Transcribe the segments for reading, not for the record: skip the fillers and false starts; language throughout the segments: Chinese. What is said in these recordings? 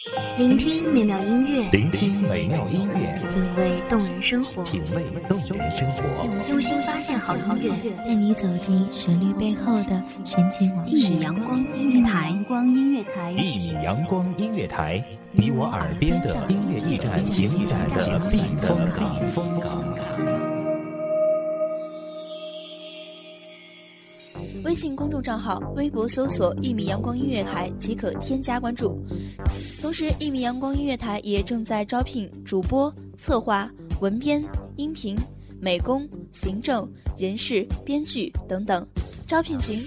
聆听美妙音乐， 聆听美妙音乐， 品味动人生活， 品味动人生活， 用心发现好音乐， 带你走进旋律背后的深情往事。 一米阳光音乐台， 一米阳光音乐台，你我耳边的音乐驿站，情感的避风港。 微信公众账号、微博搜索“一米阳光音乐台”即可添加关注。同时，一米阳光音乐台也正在招聘主播、策划、文编、音频、美工、行政、人事、编剧等等。招聘群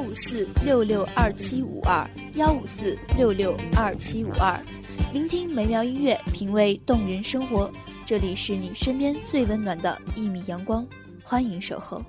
154662752，154662752。聆听美妙音乐，品味动人生活。这里是你身边最温暖的一米阳光，欢迎守候。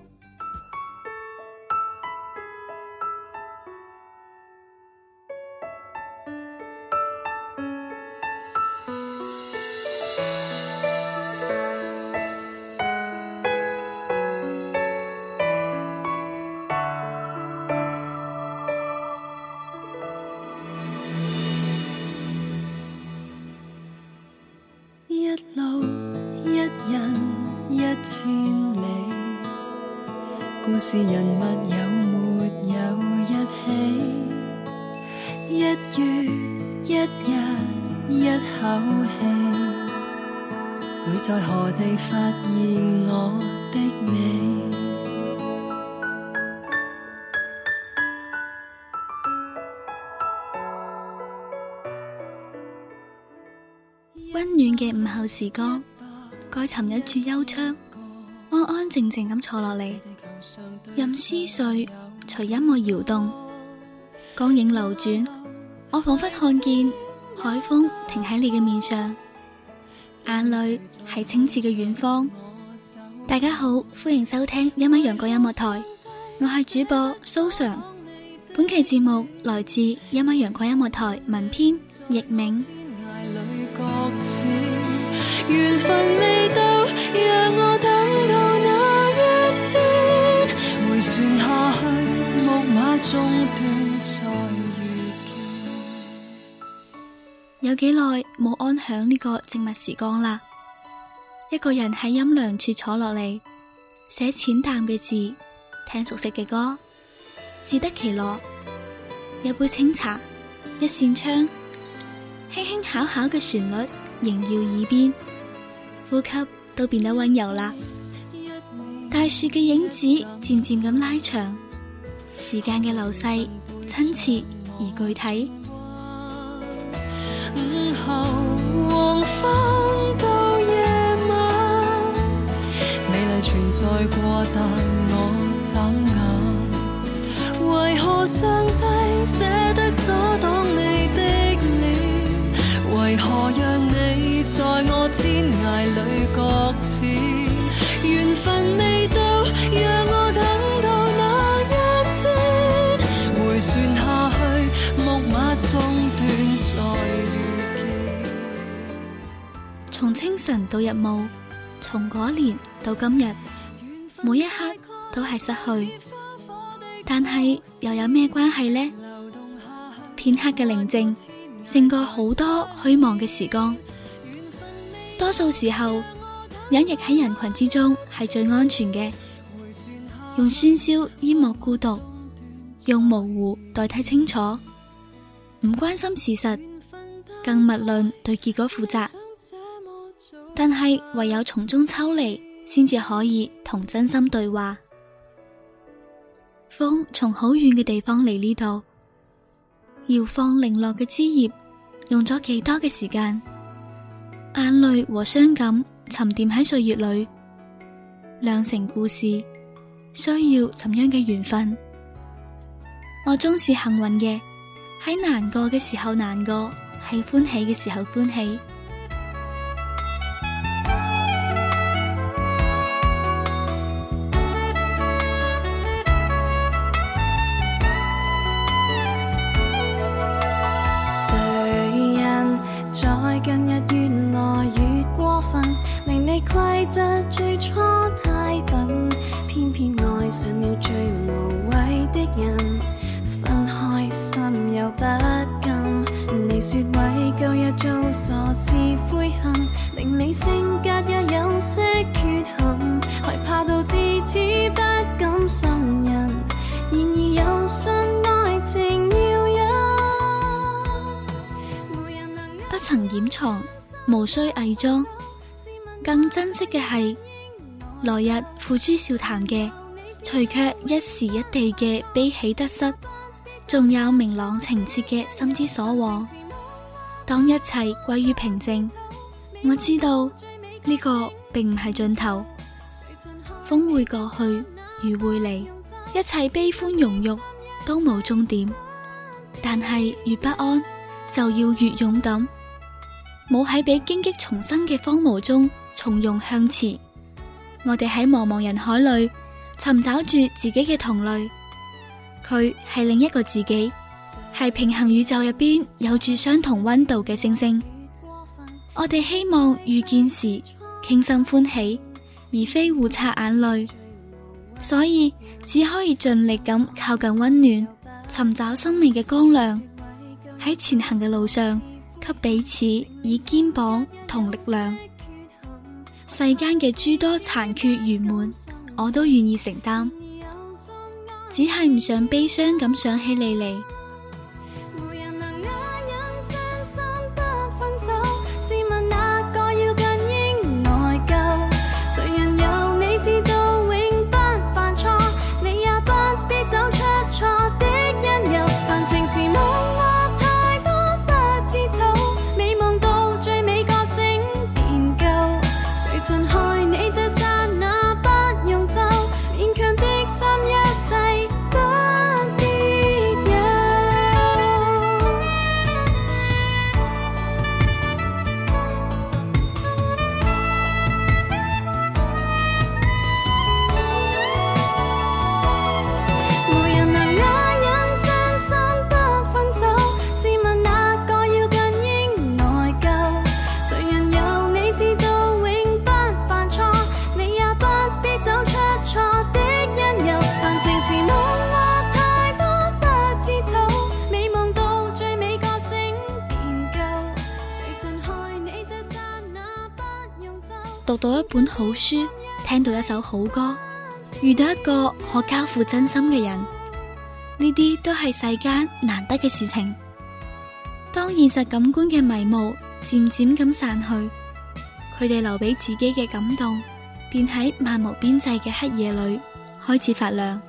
一路一人一千里，故事人物有沒有一起？一月一日一口氣，會在何地發現我的你？ 溫暖嘅午後時光，蓋尋一處幽窗，安安靜靜咁坐落嚟，任思緒隨音樂搖動，光影流轉，我彷彿看見海風停喺你嘅面上，眼淚係清澈嘅遠方。大家好，歡迎收聽一米陽光音樂台，我係主播蘇常。本期節目來自一米陽光音樂台文編易明。 緣分未到，讓我等到那一天，回旋下去，木馬中斷再遇見。有幾耐冇安享呢個靜默時光啦？一個人喺陰涼處坐落嚟，寫淺淡嘅字，聽熟悉嘅歌，自得其樂。一杯清茶，一扇窗，輕輕巧巧嘅旋律縈繞耳邊，呼吸都變得溫柔啦。大樹嘅影子漸漸咁拉長，時間嘅流逝親切而具體。 午後黃昏到夜晚，美麗存在過，但我眨眼，為何上帝捨得阻擋你的臉？為何讓你在我天涯裏擱淺？緣分未到，讓我等到那一天，回旋下去，木馬中斷再遇見。 從清晨到日暮，從嗰年到今日，每一刻都係失去，但係又有咩關係呢？片刻嘅寧靜勝過好多虛妄嘅時光。多數時候，隱匿喺人群之中係最安全嘅。用喧囂淹沒孤獨，用模糊代替清楚，唔關心事實，更勿論對結果負責。但係唯有從中抽離，先至可以同真心對話。風從好遠嘅地方嚟呢度，搖放零落嘅枝葉，用咗幾多嘅時間？眼淚和傷感沉澱喺歲月裏，釀成故事，需要怎樣嘅緣分？我終是幸運嘅，喺難過嘅時候難過，喺歡喜嘅時候歡喜。 規則最初太笨，偏偏愛上了最無謂的人，分開心又不甘，你你說為舊日做傻事悔恨，令你性格也有些缺陷，害怕到至此不敢信人，然而又信愛情要忍。 不曾掩藏，無需偽裝，更珍惜嘅係來日付諸笑談嘅，除卻一時一地嘅悲喜得失，仲有明朗情切嘅心之所往。當一切歸於平靜，我知道呢個並唔係盡頭，風會過去，雨會嚟，一切悲歡榮辱都冇終點。但係越不安，就要越勇敢，冇喺被荊棘叢生嘅荒蕪中從容向前。我哋喺茫茫人海裏尋找住自己嘅同類，佢係另一個自己，係平行宇宙入邊有住相同溫度嘅星星。我哋希望遇見時傾心歡喜，而非互擦眼淚，所以只可以盡力咁靠近溫暖，尋找生命嘅光亮。喺前行嘅路上，給彼此以肩膀同力量。世間嘅諸多殘缺圓滿，我都願意承擔，只係唔想悲傷咁想起你嚟。讀到一本好書，聽到一首好歌，遇到一個可交付真心嘅人，呢啲都係世間難得嘅事情。當現實感官嘅迷霧漸漸咁散去，佢哋留俾自己嘅感動便喺漫無邊際嘅黑夜裏開始發亮。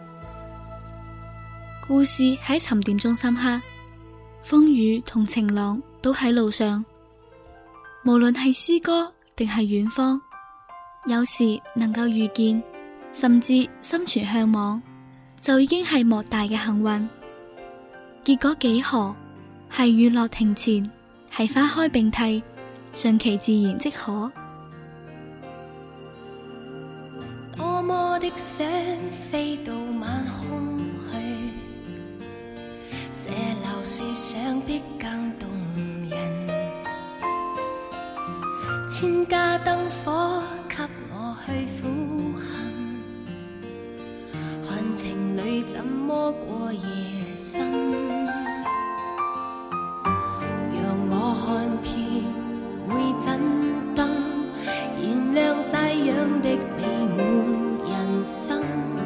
故事喺沉澱中深刻，風雨同晴朗都喺路上，無論係詩歌定係遠方，有時能夠遇見，甚至心存向往，就已經係莫大嘅幸運。結果幾何？係雨落庭前，係花開並蒂，順其自然即可。 多麼的想飛到晚空去，這流是想必更動人。千家燈火給我去苦行，看情侶怎麼過夜深。讓我看遍每盞燈，燃亮這樣的美滿人生。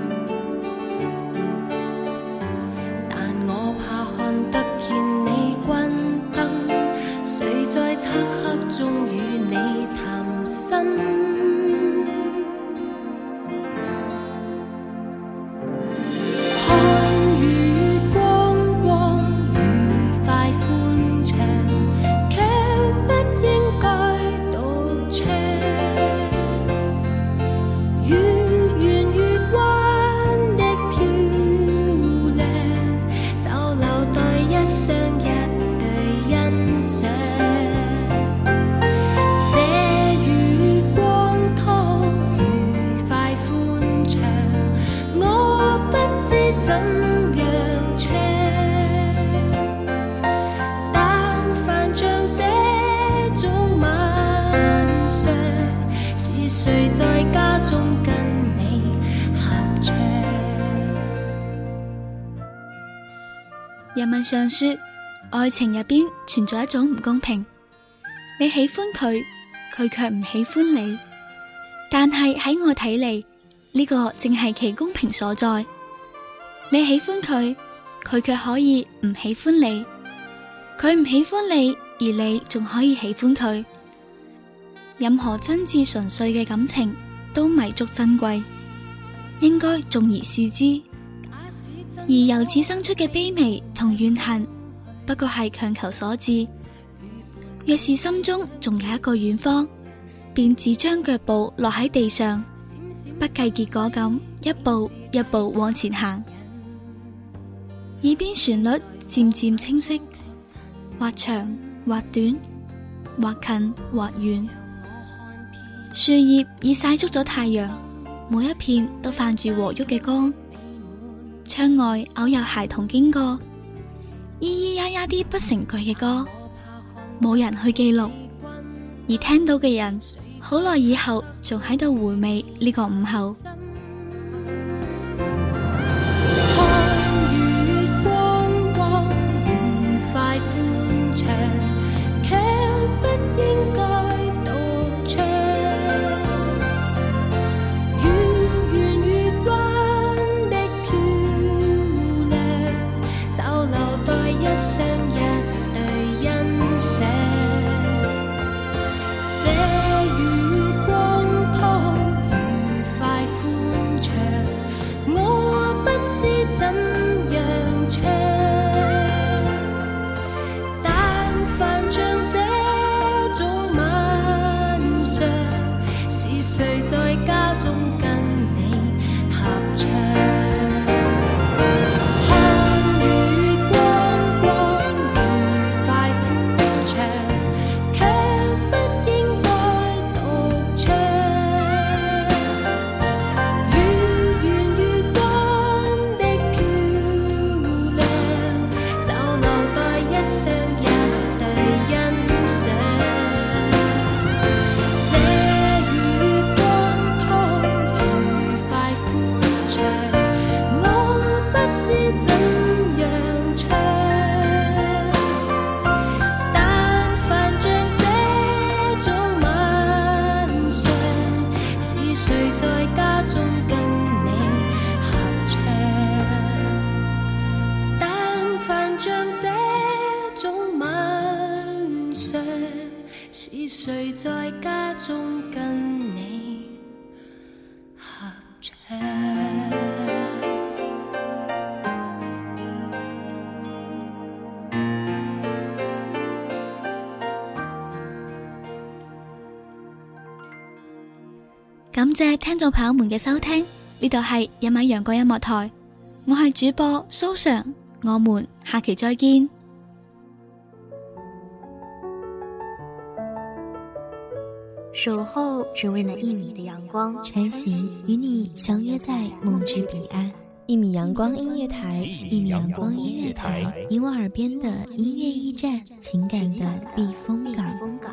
但我怕看得見你關燈，誰在漆黑中與你談心。誰在家中跟你合唱？ 人民常說愛情入邊存在一種唔公平，你喜歡佢，佢卻唔喜歡你。但係喺我睇嚟，呢個正係其公平所在。你喜歡佢，佢卻可以唔喜歡你；佢唔喜歡你，而你仲可以喜歡佢。任何真摯純粹嘅感情都彌足珍貴，應該重而視之。而由此生出嘅卑微同怨恨，不過係強求所致。若是心中仲有一個遠方，便只將腳步落喺地上，不計結果咁一步一步往前行。耳邊旋律漸漸清晰，或長或短，或近或遠。樹葉已曬足咗太陽，每一片都泛住和煦嘅光。窗外偶有孩童經過，咿咿呀呀啲不成句嘅歌，冇人去記錄，而聽到嘅人好耐以後仲喺度回味呢個午後。誰在家中跟你合唱？感謝聽眾朋友們嘅收聽，呢度係一米陽光音樂台，我係主播蘇常，我們下期再見。 守候只為那1米的陽光， 穿行與你相約在夢之彼岸。 1米陽光音樂台 ，1米陽光音樂台，你我耳邊的音樂驛站，情感的避風港。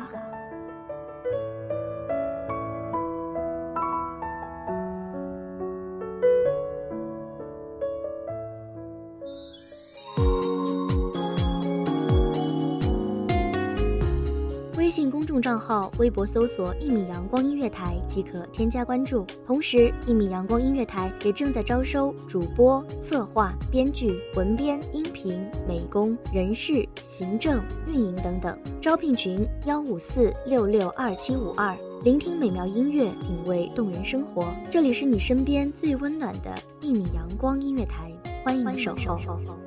微信公眾賬號、微博搜索1米陽光音樂台即可添加關注。同時1米陽光音樂台也正在招收主播、策劃、編劇、文編、音頻、美工、人事、行政、運營等等。招聘群154662752，聆聽美妙音樂，品味動人生活。這裡是你身邊最溫暖的1米陽光音樂台，歡迎守候。